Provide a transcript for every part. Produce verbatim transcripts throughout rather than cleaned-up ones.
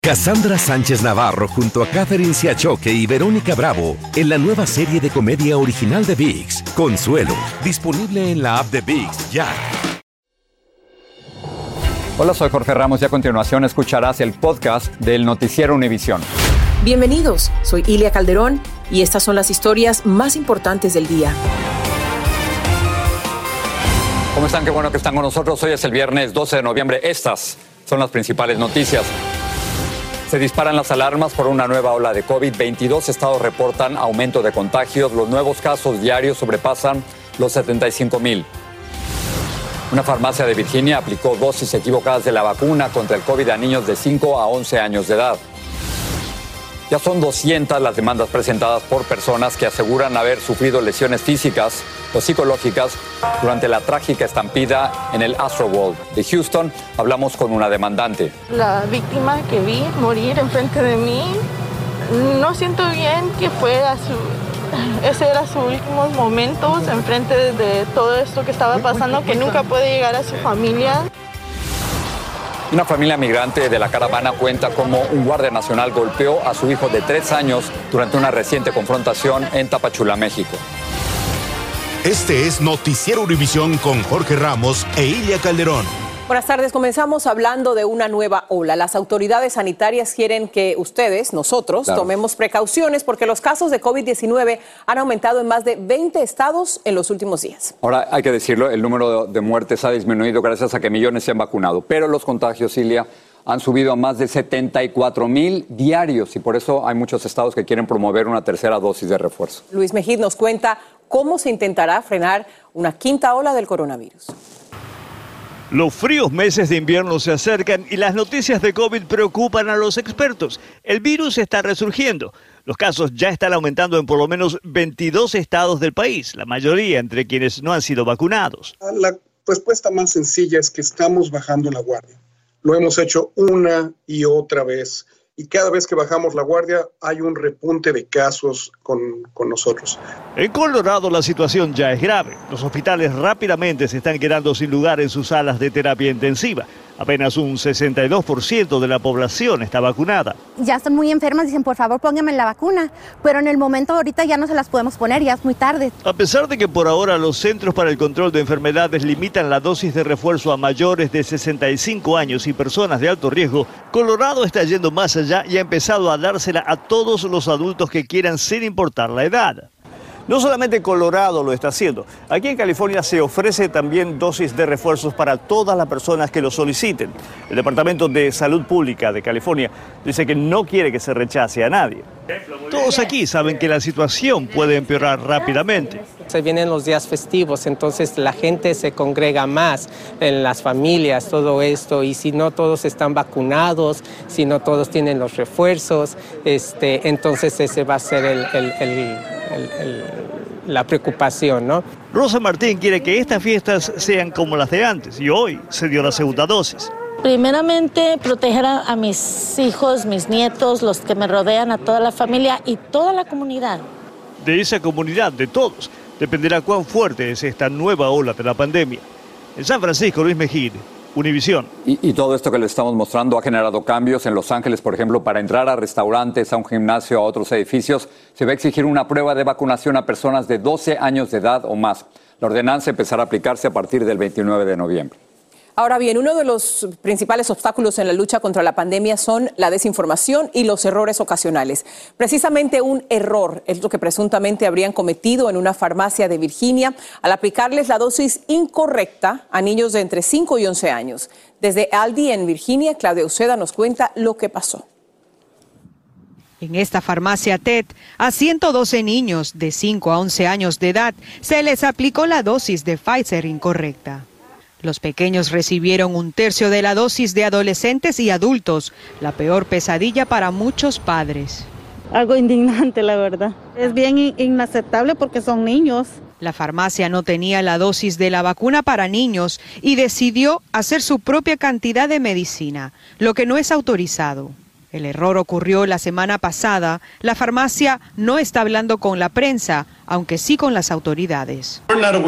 Cassandra Sánchez Navarro junto a Catherine Siachoque y Verónica Bravo en la nueva serie de comedia original de ViX, Consuelo, disponible en la app de ViX ya. Hola, soy Jorge Ramos y a continuación escucharás el podcast del Noticiero Univisión. Bienvenidos, soy Ilia Calderón y estas son las historias más importantes del día. ¿Cómo están? Qué bueno que están con nosotros. Hoy es el viernes doce de noviembre. Estas son las principales noticias. Se disparan las alarmas por una nueva ola de COVID. veintidós estados reportan aumento de contagios. Los nuevos casos diarios sobrepasan los setenta y cinco mil. Una farmacia de Virginia aplicó dosis equivocadas de la vacuna contra el COVID a niños de cinco a once años de edad. Ya son doscientas las demandas presentadas por personas que aseguran haber sufrido lesiones físicas o psicológicas durante la trágica estampida en el Astroworld de Houston. Hablamos con una demandante. La víctima que vi morir enfrente de mí, no siento bien que fue a su, ese era sus últimos momentos enfrente de todo esto que estaba pasando, que nunca puede llegar a su familia. Una familia migrante de la caravana cuenta cómo un guardia nacional golpeó a su hijo de tres años durante una reciente confrontación en Tapachula, México. Este es Noticiero Univisión con Jorge Ramos e Ilia Calderón. Buenas tardes, comenzamos hablando de una nueva ola. Las autoridades sanitarias quieren que ustedes, nosotros, claro, tomemos precauciones porque los casos de COVID diecinueve han aumentado en más de veinte estados en los últimos días. Ahora, hay que decirlo, el número de muertes ha disminuido gracias a que millones se han vacunado, pero los contagios, Ilia, han subido a más de setenta y cuatro mil diarios y por eso hay muchos estados que quieren promover una tercera dosis de refuerzo. Luis Mejid nos cuenta cómo se intentará frenar una quinta ola del coronavirus. Los fríos meses de invierno se acercan y las noticias de COVID preocupan a los expertos. El virus está resurgiendo. Los casos ya están aumentando en por lo menos veintidós estados del país, la mayoría entre quienes no han sido vacunados. La respuesta más sencilla es que estamos bajando la guardia. Lo hemos hecho una y otra vez. Y cada vez que bajamos la guardia hay un repunte de casos con, con nosotros. En Colorado la situación ya es grave. Los hospitales rápidamente se están quedando sin lugar en sus salas de terapia intensiva. Apenas un sesenta y dos por ciento de la población está vacunada. Ya están muy enfermas, dicen por favor pónganme la vacuna, pero en el momento ahorita ya no se las podemos poner, ya es muy tarde. A pesar de que por ahora los Centros para el Control de Enfermedades limitan la dosis de refuerzo a mayores de sesenta y cinco años y personas de alto riesgo, Colorado está yendo más allá y ha empezado a dársela a todos los adultos que quieran sin importar la edad. No solamente Colorado lo está haciendo. Aquí en California se ofrece también dosis de refuerzos para todas las personas que lo soliciten. El Departamento de Salud Pública de California dice que no quiere que se rechace a nadie. Todos aquí saben que la situación puede empeorar rápidamente. Se vienen los días festivos, entonces la gente se congrega más en las familias, todo esto, y si no todos están vacunados, si no todos tienen los refuerzos, este, entonces ese va a ser el, el, el, el, el, la preocupación, ¿no? Rosa Martín quiere que estas fiestas sean como las de antes y hoy se dio la segunda dosis. Primeramente, proteger a, a mis hijos, mis nietos, los que me rodean, a toda la familia y toda la comunidad. De esa comunidad, de todos, dependerá cuán fuerte es esta nueva ola de la pandemia. En San Francisco, Luis Mejid, Univisión. Y, y todo esto que les estamos mostrando ha generado cambios en Los Ángeles, por ejemplo, para entrar a restaurantes, a un gimnasio, a otros edificios, se va a exigir una prueba de vacunación a personas de doce años de edad o más. La ordenanza empezará a aplicarse a partir del veintinueve de noviembre. Ahora bien, uno de los principales obstáculos en la lucha contra la pandemia son la desinformación y los errores ocasionales. Precisamente un error es lo que presuntamente habrían cometido en una farmacia de Virginia al aplicarles la dosis incorrecta a niños de entre cinco y once años. Desde Aldi en Virginia, Claudia Uceda nos cuenta lo que pasó. En esta farmacia T E D, a ciento doce niños de cinco a once años de edad se les aplicó la dosis de Pfizer incorrecta. Los pequeños recibieron un tercio de la dosis de adolescentes y adultos, la peor pesadilla para muchos padres. Algo indignante, la verdad. Es bien inaceptable porque son niños. La farmacia no tenía la dosis de la vacuna para niños y decidió hacer su propia cantidad de medicina, lo que no es autorizado. El error ocurrió la semana pasada. La farmacia no está hablando con la prensa, aunque sí con las autoridades.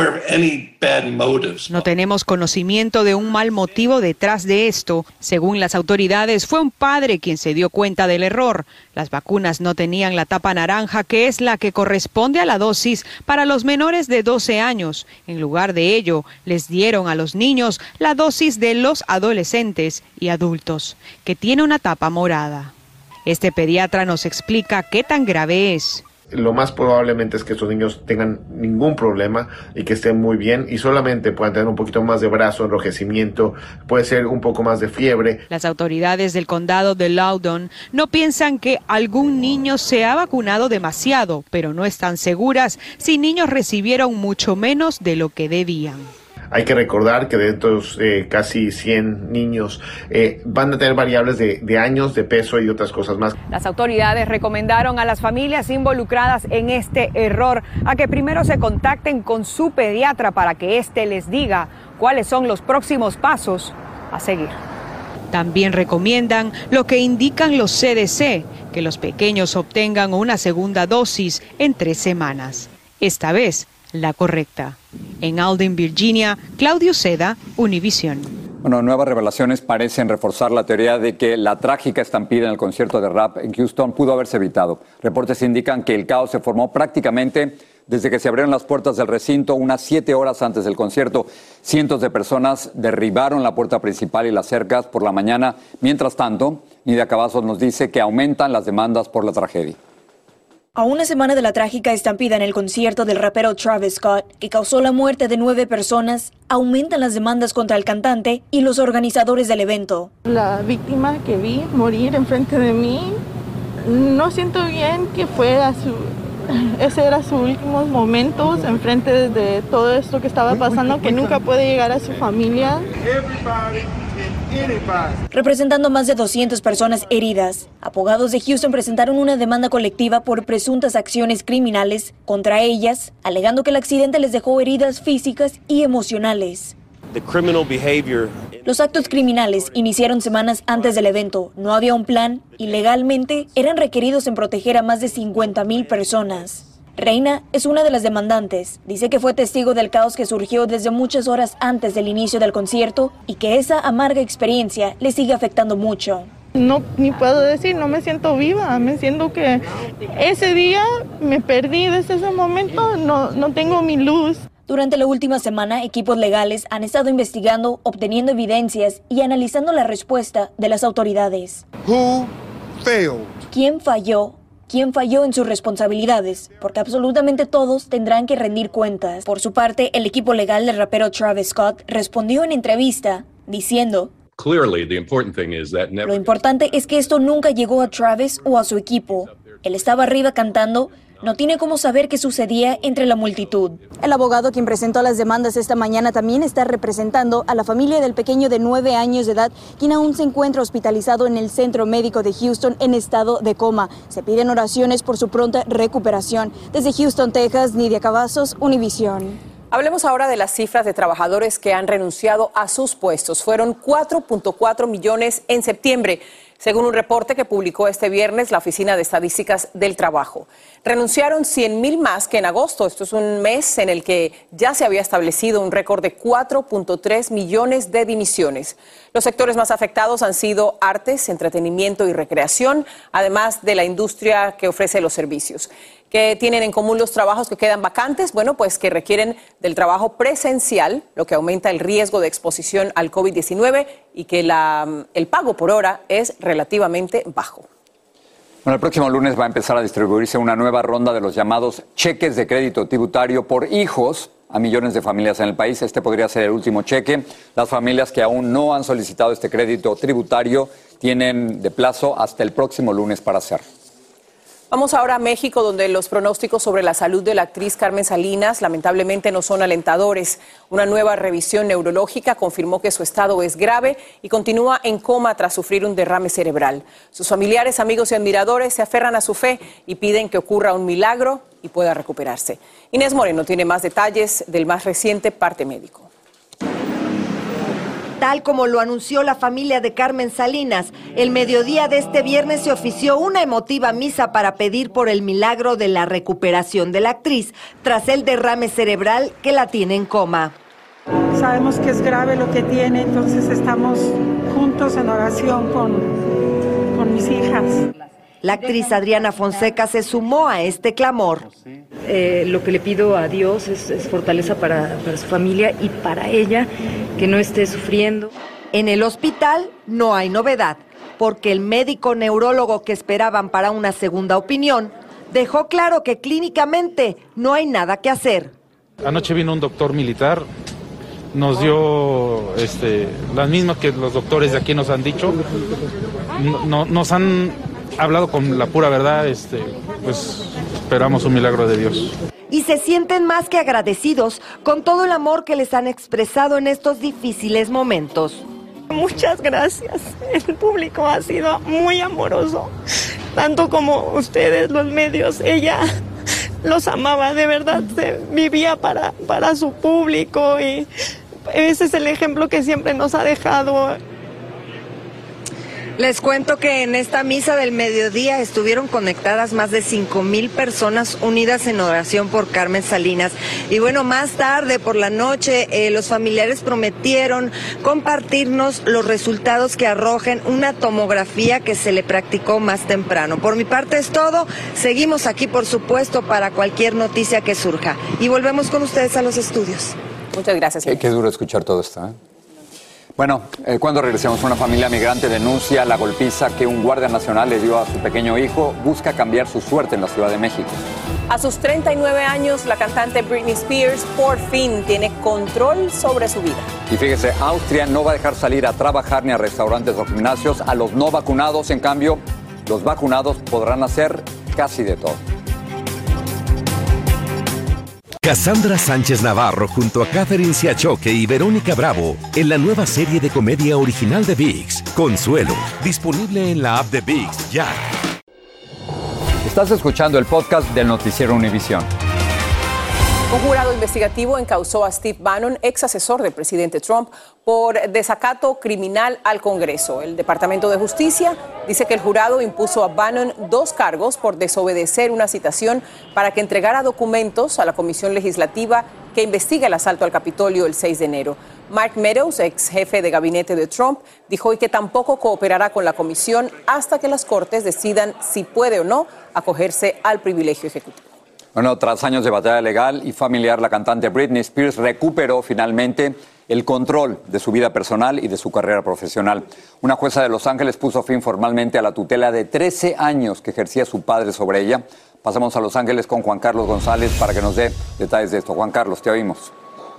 No tenemos conocimiento de un mal motivo detrás de esto. Según las autoridades, fue un padre quien se dio cuenta del error. Las vacunas no tenían la tapa naranja, que es la que corresponde a la dosis para los menores de doce años. En lugar de ello, les dieron a los niños la dosis de los adolescentes y adultos, que tiene una tapa morada. Este pediatra nos explica qué tan grave es. Lo más probablemente es que estos niños tengan ningún problema y que estén muy bien y solamente puedan tener un poquito más de brazo, enrojecimiento, puede ser un poco más de fiebre. Las autoridades del condado de Loudoun no piensan que algún niño se ha vacunado demasiado, pero no están seguras si niños recibieron mucho menos de lo que debían. Hay que recordar que de estos eh, casi cien niños eh, van a tener variables de, de años, de peso y otras cosas más. Las autoridades recomendaron a las familias involucradas en este error a que primero se contacten con su pediatra para que éste les diga cuáles son los próximos pasos a seguir. También recomiendan lo que indican los C D C, que los pequeños obtengan una segunda dosis en tres semanas. Esta vez, la correcta. En Alden, Virginia, Claudio Seda, Univisión. Bueno, nuevas revelaciones parecen reforzar la teoría de que la trágica estampida en el concierto de rap en Houston pudo haberse evitado. Reportes indican que el caos se formó prácticamente desde que se abrieron las puertas del recinto unas siete horas antes del concierto. Cientos de personas derribaron la puerta principal y las cercas por la mañana. Mientras tanto, Nidia Cavazos nos dice que aumentan las demandas por la tragedia. A una semana de la trágica estampida en el concierto del rapero Travis Scott, que causó la muerte de nueve personas, aumentan las demandas contra el cantante y los organizadores del evento. La víctima que vi morir enfrente de mí, no siento bien que fue a su... Ese era sus últimos momentos enfrente de todo esto que estaba pasando, que nunca puede llegar a su familia. Representando más de doscientas personas heridas, abogados de Houston presentaron una demanda colectiva por presuntas acciones criminales contra ellas, alegando que el accidente les dejó heridas físicas y emocionales. Los actos criminales iniciaron semanas antes del evento. No había un plan y legalmente eran requeridos en proteger a más de cincuenta mil personas. Reina es una de las demandantes. Dice que fue testigo del caos que surgió desde muchas horas antes del inicio del concierto y que esa amarga experiencia le sigue afectando mucho. No, ni puedo decir, no me siento viva, me siento que ese día me perdí desde ese momento, no, no tengo mi luz. Durante la última semana, equipos legales han estado investigando, obteniendo evidencias y analizando la respuesta de las autoridades. Who failed? ¿Quién falló? ¿Quién falló en sus responsabilidades? Porque absolutamente todos tendrán que rendir cuentas. Por su parte, el equipo legal del rapero Travis Scott respondió en entrevista diciendo: Lo importante es que esto nunca llegó a Travis o a su equipo. Él estaba arriba cantando. No tiene cómo saber qué sucedía entre la multitud. El abogado quien presentó las demandas esta mañana también está representando a la familia del pequeño de nueve años de edad, quien aún se encuentra hospitalizado en el Centro Médico de Houston en estado de coma. Se piden oraciones por su pronta recuperación. Desde Houston, Texas, Nidia Cavazos, Univisión. Hablemos ahora de las cifras de trabajadores que han renunciado a sus puestos. Fueron cuatro punto cuatro millones en septiembre, según un reporte que publicó este viernes la Oficina de Estadísticas del Trabajo. Renunciaron cien mil más que en agosto. Esto es un mes en el que ya se había establecido un récord de cuatro punto tres millones de dimisiones. Los sectores más afectados han sido artes, entretenimiento y recreación, además de la industria que ofrece los servicios. ¿Qué tienen en común los trabajos que quedan vacantes? Bueno, pues que requieren del trabajo presencial, lo que aumenta el riesgo de exposición al COVID diecinueve y que la, el pago por hora es relativamente bajo. Bueno, el próximo lunes va a empezar a distribuirse una nueva ronda de los llamados cheques de crédito tributario por hijos a millones de familias en el país. Este podría ser el último cheque. Las familias que aún no han solicitado este crédito tributario tienen de plazo hasta el próximo lunes para hacerlo. Vamos ahora a México, donde los pronósticos sobre la salud de la actriz Carmen Salinas lamentablemente no son alentadores. Una nueva revisión neurológica confirmó que su estado es grave y continúa en coma tras sufrir un derrame cerebral. Sus familiares, amigos y admiradores se aferran a su fe y piden que ocurra un milagro y pueda recuperarse. Inés Moreno tiene más detalles del más reciente parte médico. Tal como lo anunció la familia de Carmen Salinas, el mediodía de este viernes se ofició una emotiva misa para pedir por el milagro de la recuperación de la actriz tras el derrame cerebral que la tiene en coma. Sabemos que es grave lo que tiene, entonces estamos juntos en oración con, con mis hijas. La actriz Adriana Fonseca se sumó a este clamor. Eh, lo que le pido a Dios es, es fortaleza para, para su familia y para ella, que no esté sufriendo. En el hospital no hay novedad, porque el médico neurólogo que esperaban para una segunda opinión dejó claro que clínicamente no hay nada que hacer. Anoche vino un doctor militar, nos dio este, las mismas que los doctores de aquí nos han dicho, no, no, nos han hablado con la pura verdad, este, pues esperamos un milagro de Dios. Y se sienten más que agradecidos con todo el amor que les han expresado en estos difíciles momentos. Muchas gracias, el público ha sido muy amoroso, tanto como ustedes, los medios. Ella los amaba, de verdad, se vivía para, para su público y ese es el ejemplo que siempre nos ha dejado. Les cuento que en esta misa del mediodía estuvieron conectadas más de cinco mil personas unidas en oración por Carmen Salinas. Y bueno, más tarde por la noche eh, los familiares prometieron compartirnos los resultados que arrojen una tomografía que se le practicó más temprano. Por mi parte es todo. Seguimos aquí, por supuesto, para cualquier noticia que surja. Y volvemos con ustedes a los estudios. Muchas gracias. Qué, qué duro escuchar todo esto, ¿eh? Bueno, eh, cuando regresemos, una familia migrante denuncia la golpiza que un guardia nacional le dio a su pequeño hijo. Busca cambiar su suerte en la Ciudad de México. A sus treinta y nueve años, la cantante Britney Spears por fin tiene control sobre su vida. Y fíjese, Austria no va a dejar salir a trabajar ni a restaurantes o gimnasios a los no vacunados. En cambio, los vacunados podrán hacer casi de todo. Cassandra Sánchez Navarro junto a Catherine Siachoque y Verónica Bravo en la nueva serie de comedia original de ViX, Consuelo, disponible en la app de ViX ya. Estás escuchando el podcast del Noticiero Univisión. Un jurado investigativo encausó a Steve Bannon, ex asesor del presidente Trump, por desacato criminal al Congreso. El Departamento de Justicia dice que el jurado impuso a Bannon dos cargos por desobedecer una citación para que entregara documentos a la Comisión Legislativa que investiga el asalto al Capitolio el seis de enero. Mark Meadows, ex jefe de gabinete de Trump, dijo hoy que tampoco cooperará con la comisión hasta que las Cortes decidan si puede o no acogerse al privilegio ejecutivo. Bueno, tras años de batalla legal y familiar, la cantante Britney Spears recuperó finalmente el control de su vida personal y de su carrera profesional. Una jueza de Los Ángeles puso fin formalmente a la tutela de trece años que ejercía su padre sobre ella. Pasamos a Los Ángeles con Juan Carlos González para que nos dé detalles de esto. Juan Carlos, te oímos.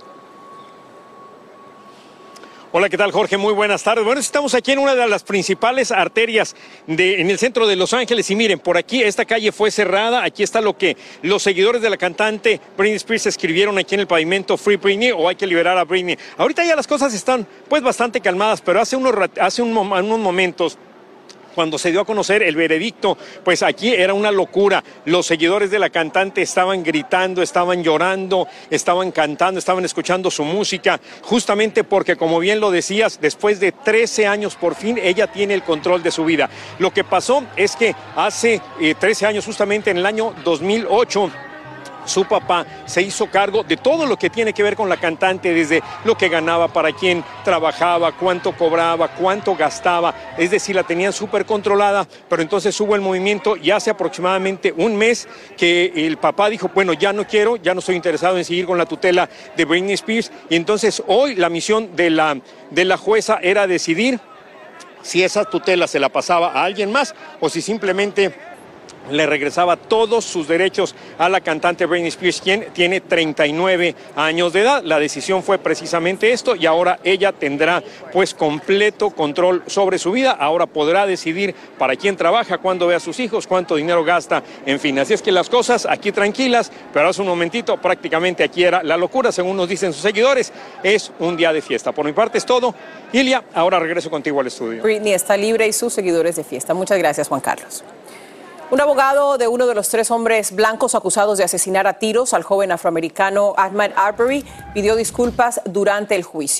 Hola, ¿qué tal, Jorge? Muy buenas tardes. Bueno, estamos aquí en una de las principales arterias de, en el centro de Los Ángeles y miren, por aquí esta calle fue cerrada. Aquí está lo que los seguidores de la cantante Britney Spears escribieron aquí en el pavimento: Free Britney o hay que liberar a Britney. Ahorita ya las cosas están pues bastante calmadas, pero hace unos, hace un, unos momentos, cuando se dio a conocer el veredicto, pues aquí era una locura. Los seguidores de la cantante estaban gritando, estaban llorando, estaban cantando, estaban escuchando su música, justamente porque, como bien lo decías, después de trece años, por fin ella tiene el control de su vida. Lo que pasó es que hace eh, trece años, justamente en el año dos mil ocho, su papá se hizo cargo de todo lo que tiene que ver con la cantante, desde lo que ganaba, para quién trabajaba, cuánto cobraba, cuánto gastaba, es decir, la tenían súper controlada, pero entonces hubo el movimiento y hace aproximadamente un mes que el papá dijo, bueno, ya no quiero, ya no estoy interesado en seguir con la tutela de Britney Spears, y entonces hoy la misión de la, de la jueza era decidir si esa tutela se la pasaba a alguien más o si simplemente le regresaba todos sus derechos a la cantante Britney Spears, quien tiene treinta y nueve años de edad. La decisión fue precisamente esto y ahora ella tendrá pues completo control sobre su vida. Ahora podrá decidir para quién trabaja, cuándo ve a sus hijos, cuánto dinero gasta, en fin. Así es que las cosas aquí tranquilas, pero hace un momentito prácticamente aquí era la locura, según nos dicen sus seguidores. Es un día de fiesta. Por mi parte es todo. Ilia, ahora regreso contigo al estudio. Britney está libre y sus seguidores de fiesta. Muchas gracias, Juan Carlos. Un abogado de uno de los tres hombres blancos acusados de asesinar a tiros al joven afroamericano Ahmaud Arbery pidió disculpas durante el juicio.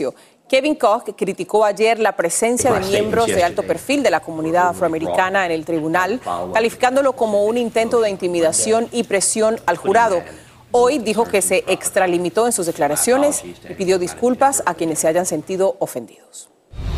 Kevin Koch criticó ayer la presencia de miembros de alto perfil de la comunidad afroamericana en el tribunal, calificándolo como un intento de intimidación y presión al jurado. Hoy dijo que se extralimitó en sus declaraciones y pidió disculpas a quienes se hayan sentido ofendidos.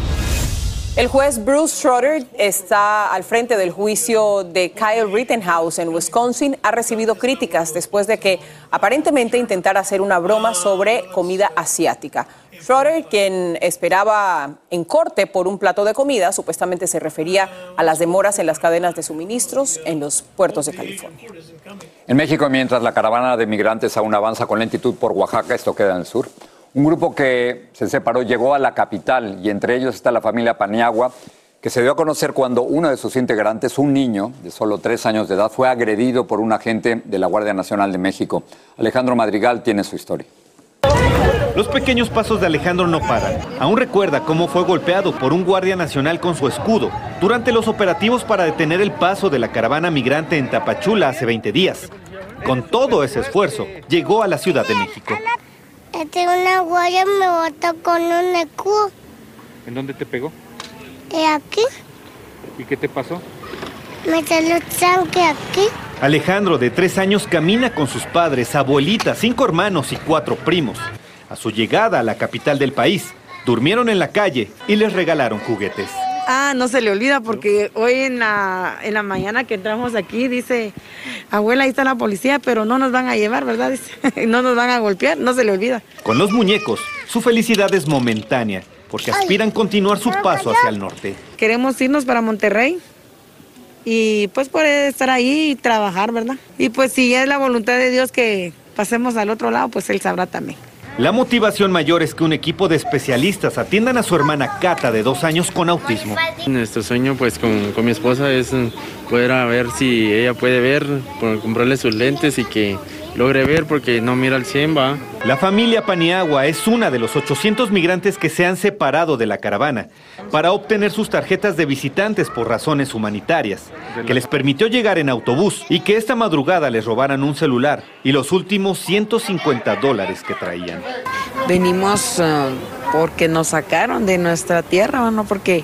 El juez Bruce Schroeder está al frente del juicio de Kyle Rittenhouse en Wisconsin. Ha recibido críticas después de que aparentemente intentara hacer una broma sobre comida asiática. Schroeder, quien esperaba en corte por un plato de comida, supuestamente se refería a las demoras en las cadenas de suministros en los puertos de California. En México, mientras la caravana de migrantes aún avanza con lentitud por Oaxaca, esto queda en el sur, un grupo que se separó llegó a la capital y entre ellos está la familia Paniagua, que se dio a conocer cuando uno de sus integrantes, un niño de solo tres años de edad, fue agredido por un agente de la Guardia Nacional de México. Alejandro Madrigal tiene su historia. Los pequeños pasos de Alejandro no paran. Aún recuerda cómo fue golpeado por un guardia nacional con su escudo durante los operativos para detener el paso de la caravana migrante en Tapachula hace veinte días. Con todo ese esfuerzo, llegó a la Ciudad de México. Este, una guardia me botó con un escudo. ¿En dónde te pegó? ¿Y aquí? ¿Y qué te pasó? Me salió sangre aquí. Alejandro, de tres años, camina con sus padres, abuelita, cinco hermanos y cuatro primos. A su llegada a la capital del país, durmieron en la calle y les regalaron juguetes. Ah, no se le olvida porque hoy en la, en la mañana que entramos aquí dice, abuela, ahí está la policía, pero no nos van a llevar, ¿verdad? Dice, no nos van a golpear, no se le olvida. Con los muñecos, su felicidad es momentánea, porque aspiran continuar su paso hacia el norte. Queremos irnos para Monterrey y pues poder estar ahí y trabajar, ¿verdad? Y pues si es la voluntad de Dios que pasemos al otro lado, pues Él sabrá también. La motivación mayor es que un equipo de especialistas atiendan a su hermana Cata, de dos años, con autismo. Nuestro sueño, pues, con, con mi esposa es poder a ver si ella puede ver, por comprarle sus lentes y que logre ver porque no mira al cien, va. La familia Paniagua es una de los ochocientos migrantes que se han separado de la caravana para obtener sus tarjetas de visitantes por razones humanitarias, que les permitió llegar en autobús y que esta madrugada les robaran un celular y los últimos ciento cincuenta dólares que traían. Venimos uh, porque nos sacaron de nuestra tierra, no porque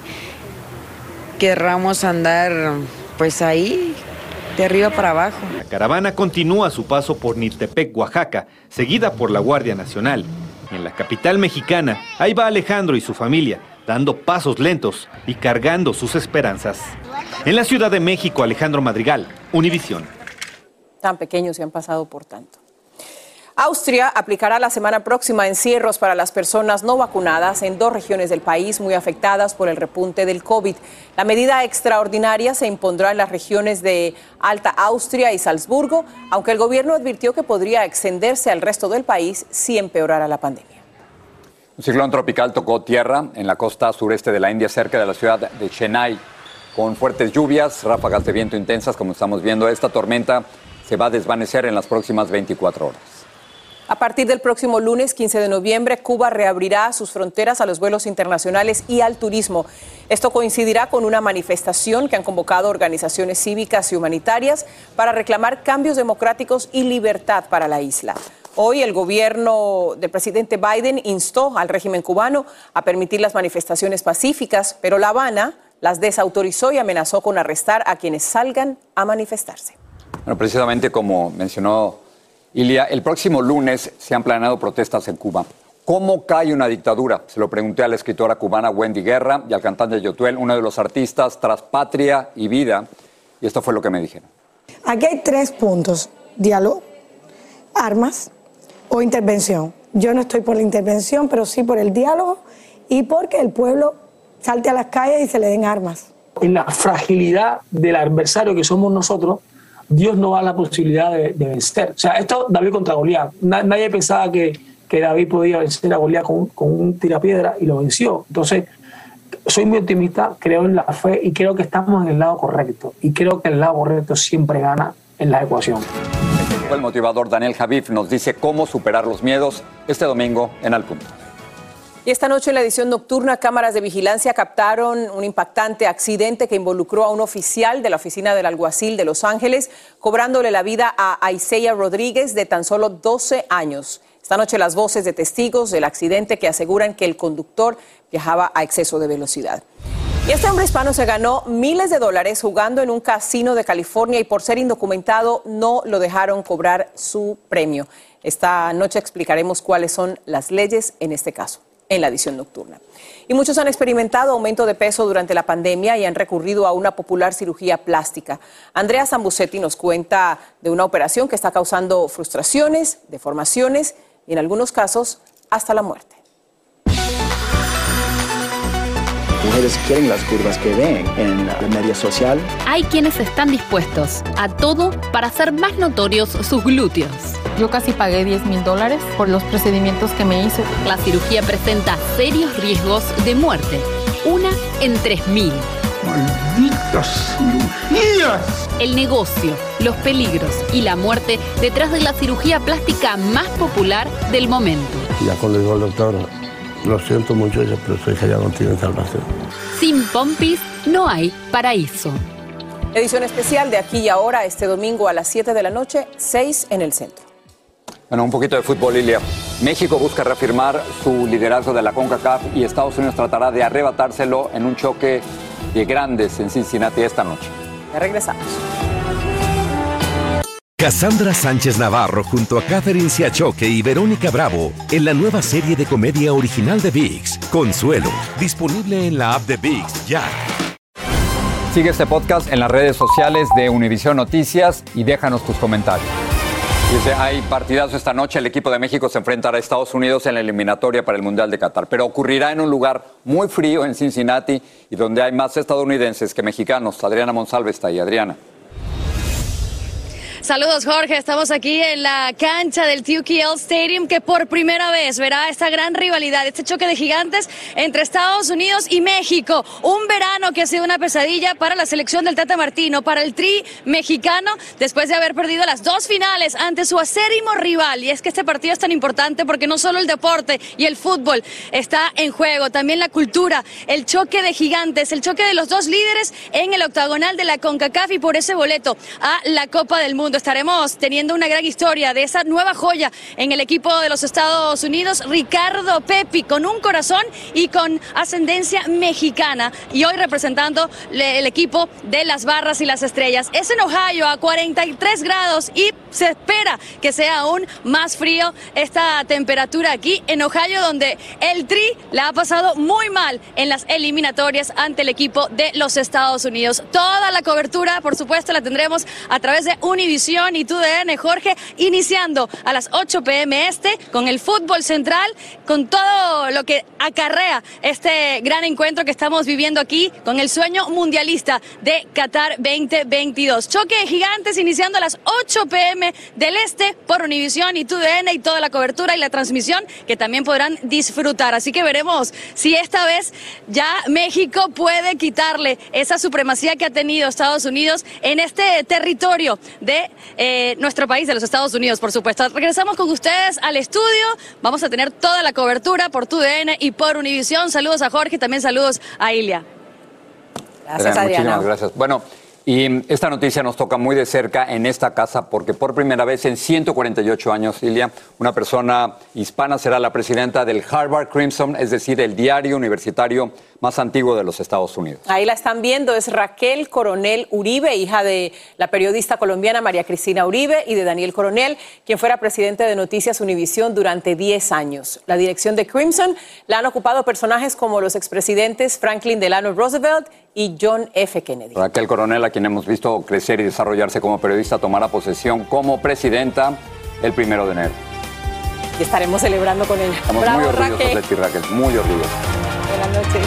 querramos andar pues ahí de arriba para abajo. La caravana continúa su paso por Niltepec, Oaxaca, seguida por la Guardia Nacional. En la capital mexicana, ahí va Alejandro y su familia, dando pasos lentos y cargando sus esperanzas. En la Ciudad de México, Alejandro Madrigal, Univisión. Tan pequeños y han pasado por tanto. Austria aplicará la semana próxima encierros para las personas no vacunadas en dos regiones del país muy afectadas por el repunte del COVID. La medida extraordinaria se impondrá en las regiones de Alta Austria y Salzburgo, aunque el gobierno advirtió que podría extenderse al resto del país si empeorara la pandemia. Un ciclón tropical tocó tierra en la costa sureste de la India, cerca de la ciudad de Chennai, con fuertes lluvias, ráfagas de viento intensas, como estamos viendo. Esta tormenta se va a desvanecer en las próximas veinticuatro horas. A partir del próximo lunes quince de noviembre, Cuba reabrirá sus fronteras a los vuelos internacionales y al turismo. Esto coincidirá con una manifestación que han convocado organizaciones cívicas y humanitarias para reclamar cambios democráticos y libertad para la isla. Hoy el gobierno del presidente Biden instó al régimen cubano a permitir las manifestaciones pacíficas, pero La Habana las desautorizó y amenazó con arrestar a quienes salgan a manifestarse. Bueno, precisamente como mencionó Ilia, el próximo lunes se han planeado protestas en Cuba. ¿Cómo cae una dictadura? Se lo pregunté a la escritora cubana Wendy Guerra y al cantante Yotuel, uno de los artistas tras Patria y Vida, y esto fue lo que me dijeron. Aquí hay tres puntos: diálogo, armas o intervención. Yo no estoy por la intervención, pero sí por el diálogo y porque el pueblo salte a las calles y se le den armas. En la fragilidad del adversario que somos nosotros, Dios no da la posibilidad de, de vencer. O sea, esto David contra Goliat. Nadie pensaba que, que David podía vencer a Goliat con, con un tirapiedra y lo venció. Entonces, soy muy optimista, creo en la fe y creo que estamos en el lado correcto. Y creo que el lado correcto siempre gana en la ecuación. El motivador Daniel Javif nos dice cómo superar los miedos este domingo en Al Punto. Y esta noche en la edición nocturna, cámaras de vigilancia captaron un impactante accidente que involucró a un oficial de la oficina del alguacil de Los Ángeles, cobrándole la vida a Isaiah Rodríguez, de tan solo doce años. Esta noche las voces de testigos del accidente que aseguran que el conductor viajaba a exceso de velocidad. Y este hombre hispano se ganó miles de dólares jugando en un casino de California y por ser indocumentado no lo dejaron cobrar su premio. Esta noche explicaremos cuáles son las leyes en este caso, en la edición nocturna. Y muchos han experimentado aumento de peso durante la pandemia y han recurrido a una popular cirugía plástica. Andrea Zambucetti nos cuenta de una operación que está causando frustraciones, deformaciones y en algunos casos hasta la muerte. Mujeres quieren las curvas que ven en la media social. Hay quienes están dispuestos a todo para hacer más notorios sus glúteos. Yo casi pagué diez mil dólares por los procedimientos que me hice. La cirugía presenta serios riesgos de muerte. Una en tres mil. ¡Malditas cirugías! El negocio, los peligros y la muerte detrás de la cirugía plástica más popular del momento. Ya cuando dijo el doctor, lo siento mucho, pero su hija ya no tiene salvación. Sin pompis no hay paraíso. Edición especial de Aquí y Ahora, este domingo a las siete de la noche, seis en el centro. Bueno, un poquito de fútbol, Lilia. México busca reafirmar su liderazgo de la CONCACAF y Estados Unidos tratará de arrebatárselo en un choque de grandes en Cincinnati esta noche. Ya regresamos. Cassandra Sánchez Navarro junto a Catherine Siachoque y Verónica Bravo en la nueva serie de comedia original de ViX, Consuelo, disponible en la app de ViX ya. Sigue este podcast en las redes sociales de Univisión Noticias y déjanos tus comentarios. Dice, hay partidazo esta noche, el equipo de México se enfrentará a Estados Unidos en la eliminatoria para el Mundial de Qatar, pero ocurrirá en un lugar muy frío en Cincinnati y donde hay más estadounidenses que mexicanos. Adriana Monsalve está ahí. Adriana. Saludos, Jorge. Estamos aquí en la cancha del T U K L Stadium, que por primera vez verá esta gran rivalidad, este choque de gigantes entre Estados Unidos y México. Un verano que ha sido una pesadilla para la selección del Tata Martino, para el Tri mexicano, después de haber perdido las dos finales ante su acérrimo rival. Y es que este partido es tan importante porque no solo el deporte y el fútbol está en juego, también la cultura, el choque de gigantes, el choque de los dos líderes en el octagonal de la CONCACAF y por ese boleto a la Copa del Mundo. Estaremos teniendo una gran historia de esa nueva joya en el equipo de los Estados Unidos, Ricardo Pepi, con un corazón y con ascendencia mexicana, y hoy representando el equipo de las Barras y las Estrellas. Es en Ohio a cuarenta y tres grados y se espera que sea aún más frío esta temperatura aquí en Ohio, donde el Tri la ha pasado muy mal en las eliminatorias ante el equipo de los Estados Unidos. Toda la cobertura, por supuesto, la tendremos a través de Univisión y T U D N, Jorge, iniciando a las ocho p m este con el fútbol central, con todo lo que acarrea este gran encuentro que estamos viviendo aquí con el sueño mundialista de Qatar veinte veintidós. Choque de gigantes iniciando a las ocho p m del este por Univisión y T U D N y toda la cobertura y la transmisión que también podrán disfrutar. Así que veremos si esta vez ya México puede quitarle esa supremacía que ha tenido Estados Unidos en este territorio de Eh, nuestro país, de los Estados Unidos, por supuesto. Regresamos con ustedes al estudio. Vamos a tener toda la cobertura por T U D N y por Univisión. Saludos a Jorge y también saludos a Ilia. Gracias, Adriana. Muchísimas gracias. Bueno, y esta noticia nos toca muy de cerca en esta casa porque por primera vez en ciento cuarenta y ocho años, Ilia, una persona hispana será la presidenta del Harvard Crimson, es decir, el diario universitario más antiguo de los Estados Unidos. Ahí la están viendo, es Raquel Coronel Uribe, hija de la periodista colombiana María Cristina Uribe y de Daniel Coronel, quien fuera presidente de Noticias Univisión durante diez años. La dirección de Crimson la han ocupado personajes como los expresidentes Franklin Delano Roosevelt y John F. Kennedy. Raquel Coronel, a quien hemos visto crecer y desarrollarse como periodista, tomará posesión como presidenta el primero de enero. Y estaremos celebrando con ella. Estamos Bravo, muy orgullosos Raquel. de ti, Raquel, muy orgullosos. Buenas noches.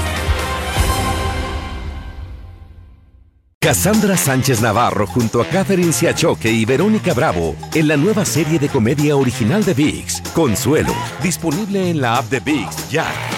Cassandra Sánchez Navarro junto a Catherine Siachoque y Verónica Bravo en la nueva serie de comedia original de ViX, Consuelo, disponible en la app de ViX ya.